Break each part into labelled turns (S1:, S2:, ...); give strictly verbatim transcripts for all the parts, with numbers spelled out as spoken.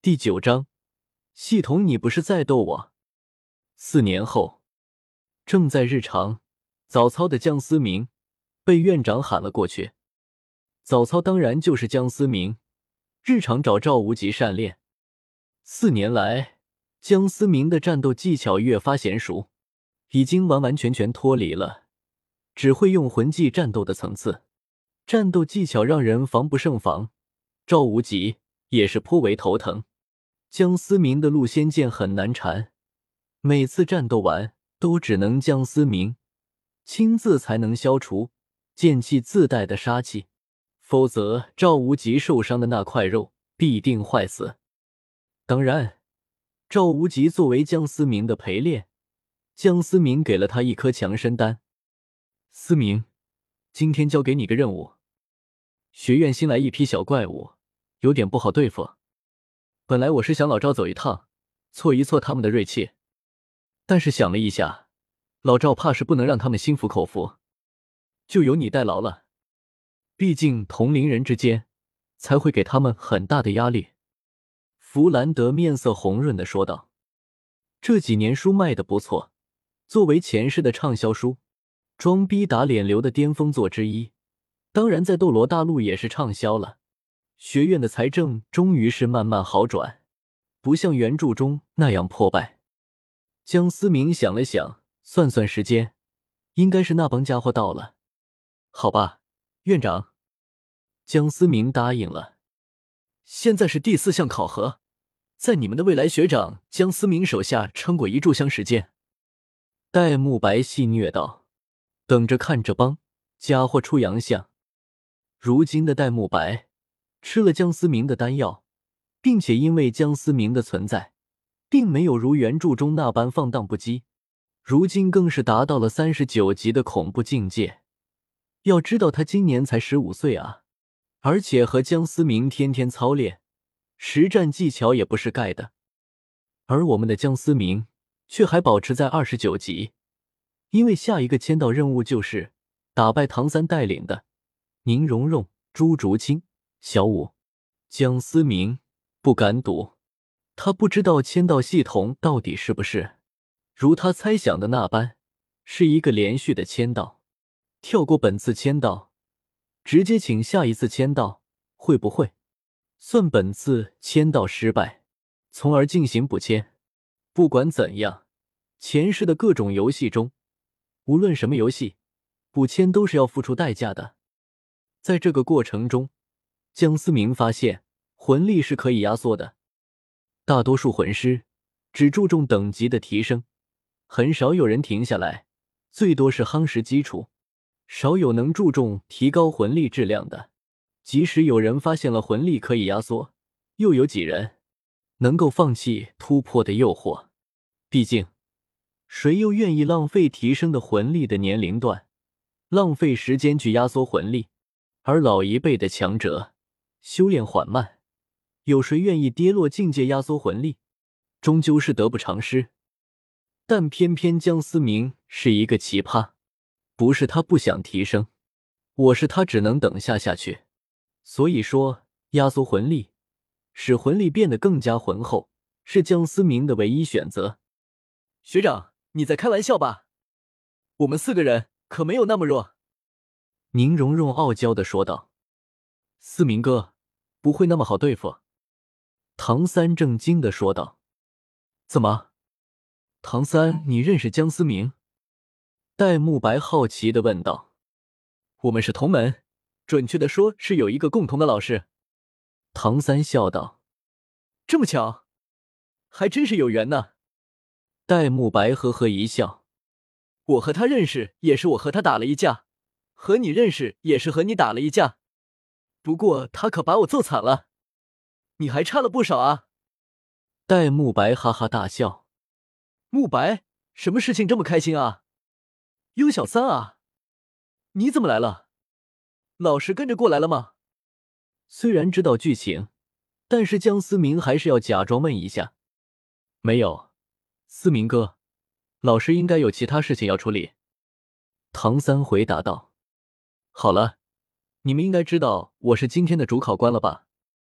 S1: 第九章，系统，你不是在逗我？四年后，正在日常早操的江思明被院长喊了过去。早操当然就是江思明日常找赵无极善练。四年来，江思明的战斗技巧越发娴熟，已经完完全全脱离了只会用魂技战斗的层次，战斗技巧让人防不胜防。赵无极也是颇为头疼。江思明的陆仙剑很难缠，每次战斗完都只能江思明亲自才能消除剑气自带的杀气，否则赵无极受伤的那块肉必定坏死。当然，赵无极作为江思明的陪练，江思明给了他一颗强身丹。思明，今天交给你个任务，学院新来一批小怪物，有点不好对付。本来我是想老赵走一趟，挫一挫他们的锐气，但是想了一下，老赵怕是不能让他们心服口服，就由你代劳了。毕竟同龄人之间，才会给他们很大的压力。弗兰德面色红润地说道。这几年书卖得不错，作为前世的畅销书，装逼打脸流的巅峰作之一，当然在斗罗大陆也是畅销了。学院的财政终于是慢慢好转，不像原著中那样破败。江思明想了想，算算时间，应该是那帮家伙到了。好吧，院长。江思明答应了。现在是第四项考核，在你们的未来学长江思明手下撑过一炷香时间。戴沐白戏谑道，等着看这帮家伙出洋相。如今的戴沐白吃了江思明的丹药，并且因为江思明的存在，并没有如原著中那般放荡不羁，如今更是达到了三十九级的恐怖境界。要知道他今年才十五岁啊，而且和江思明天天操练，实战技巧也不是盖的。而我们的江思明却还保持在二十九级，因为下一个签到任务就是打败唐三带领的宁荣荣、朱竹清、小舞。江思明不敢赌，他不知道签到系统到底是不是如他猜想的那般，是一个连续的签到，跳过本次签到，直接请下一次签到，会不会算本次签到失败，从而进行补签。不管怎样，前世的各种游戏中，无论什么游戏，补签都是要付出代价的。在这个过程中，江思明发现魂力是可以压缩的。大多数魂师只注重等级的提升，很少有人停下来，最多是夯实基础，少有能注重提高魂力质量的。即使有人发现了魂力可以压缩，又有几人能够放弃突破的诱惑？毕竟，谁又愿意浪费提升的魂力的年龄段，浪费时间去压缩魂力？而老一辈的强者修炼缓慢，有谁愿意跌落境界压缩魂力？终究是得不偿失。但偏偏江思明是一个奇葩，不是他不想提升，我是他只能等下下去。所以说，压缩魂力，使魂力变得更加浑厚，是江思明的唯一选择。学长，你在开玩笑吧？我们四个人可没有那么弱。宁荣荣傲娇地说道。思明哥，不会那么好对付。唐三正经地说道。怎么？唐三，你认识江思明？戴沐白好奇地问道。我们是同门，准确地说是有一个共同的老师。唐三笑道。这么巧，还真是有缘呢。戴沐白呵呵一笑。我和他认识也是我和他打了一架，和你认识也是和你打了一架，不过他可把我揍惨了，你还差了不少啊。戴沐白哈哈大笑。沐白，什么事情这么开心啊？优小三啊，你怎么来了？老师跟着过来了吗？虽然知道剧情，但是江思明还是要假装问一下。没有，思明哥，老师应该有其他事情要处理。唐三回答道。好了，你们应该知道我是今天的主考官了吧？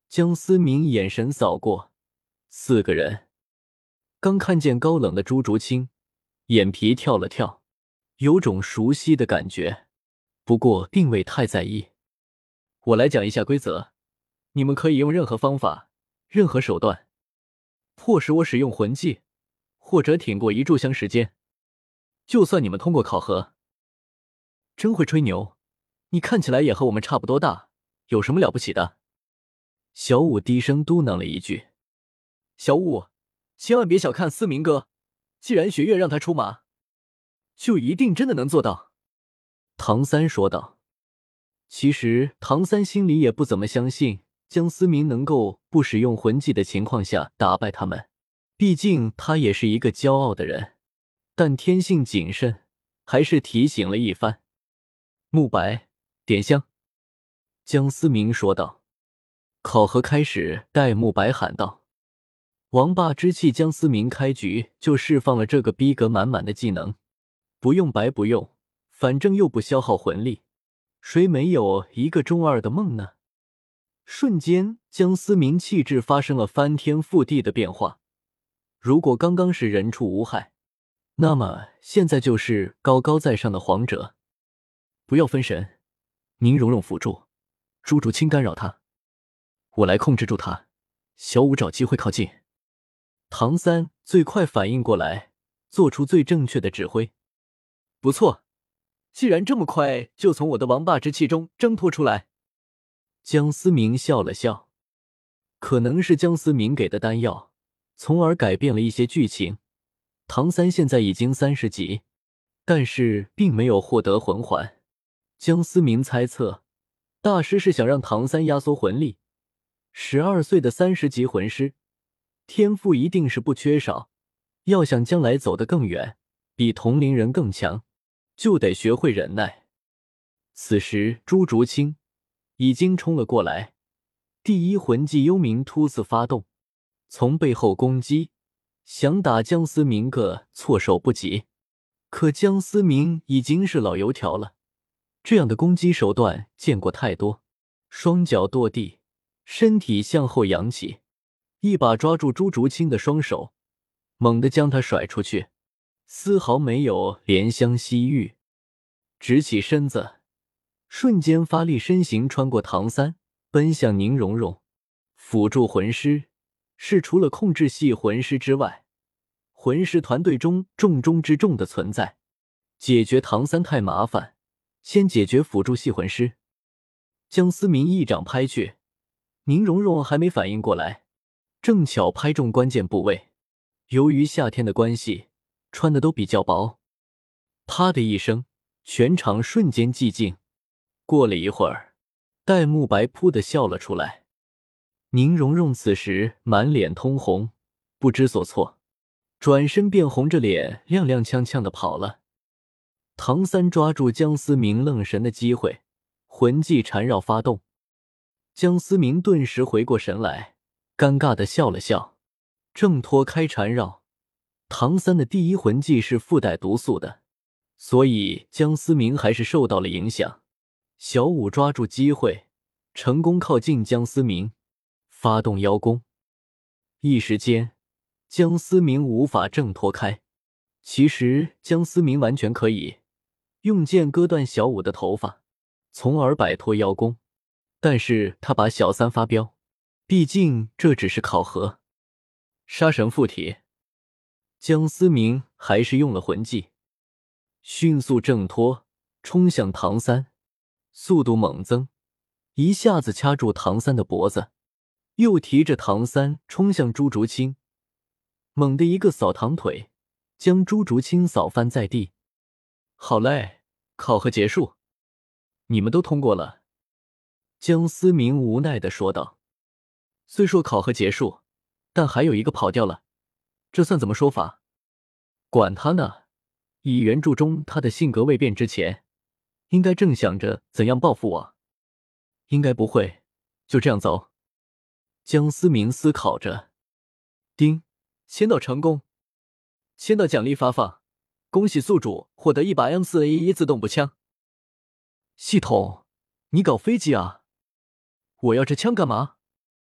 S1: 江思明眼神扫过，四个人。刚看见高冷的朱竹清，眼皮跳了跳，有种熟悉的感觉，不过并未太在意。我来讲一下规则，你们可以用任何方法、任何手段，迫使我使用魂技，或者挺过一炷香时间。就算你们通过考核。真会吹牛，你看起来也和我们差不多大，有什么了不起的？小五低声嘟囔了一句。小五，千万别小看思明哥，既然学院让他出马，就一定真的能做到。唐三说道。其实唐三心里也不怎么相信江思明能够不使用魂技的情况下打败他们，毕竟他也是一个骄傲的人，但天性谨慎，还是提醒了一番。慕白，点香。江思明说道。考核开始，戴沐白喊道。王霸之气江思明开局就释放了这个逼格满满的技能，不用白不用，反正又不消耗魂力，谁没有一个中二的梦呢？瞬间江思明气质发生了翻天覆地的变化，如果刚刚是人畜无害，那么现在就是高高在上的皇者。不要分神，宁荣荣辅助，朱竹清干扰他，我来控制住他，小五找机会靠近。唐三最快反应过来，做出最正确的指挥。不错，既然这么快就从我的王霸之气中挣脱出来。江思明笑了笑，可能是江思明给的丹药，从而改变了一些剧情。唐三现在已经三十级，但是并没有获得魂环。江思明猜测，大师是想让唐三压缩魂力。十二岁的三十级魂师，天赋一定是不缺少，要想将来走得更远，比同龄人更强，就得学会忍耐。此时朱竹清已经冲了过来，第一魂技幽冥突刺发动，从背后攻击，想打江思明个措手不及。可江思明已经是老油条了，这样的攻击手段见过太多，双脚跺地，身体向后扬起，一把抓住朱竹清的双手，猛地将他甩出去，丝毫没有怜香惜玉，直起身子，瞬间发力身形穿过唐三，奔向宁荣荣。辅助魂师是除了控制系魂师之外，魂师团队中重中之重的存在。解决唐三太麻烦，先解决辅助系魂师。江思明一掌拍去，宁荣荣还没反应过来，正巧拍中关键部位。由于夏天的关系，穿的都比较薄。啪的一声，全场瞬间寂静。过了一会儿，戴沐白噗的笑了出来。宁荣荣此时满脸通红，不知所措，转身便红着脸踉踉跄跄的跑了。唐三抓住江思明愣神的机会，魂技缠绕发动。江思明顿时回过神来，尴尬的笑了笑，挣脱开缠绕。唐三的第一魂技是附带毒素的，所以江思明还是受到了影响。小五抓住机会，成功靠近江思明，发动妖功。一时间，江思明无法挣脱开。其实江思明完全可以用剑割断小五的头发，从而摆脱妖功，但是他把小三发飙，毕竟这只是考核。杀神附体，江思明还是用了魂技，迅速挣脱，冲向唐三，速度猛增，一下子掐住唐三的脖子，又提着唐三冲向朱竹清，猛地一个扫堂腿，将朱竹清扫翻在地。好嘞，考核结束，你们都通过了。江思明无奈地说道。虽说考核结束，但还有一个跑掉了，这算怎么说法？管他呢，以原著中他的性格未变之前，应该正想着怎样报复我。应该不会就这样走。江思明思考着。丁，签到成功。签到奖励发放，恭喜宿主获得一把 M 四 A 一 自动步枪。系统，你搞飞机啊？我要这枪干嘛？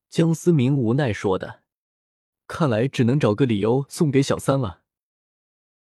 S1: 江思明无奈说的。看来只能找个理由送给小三了。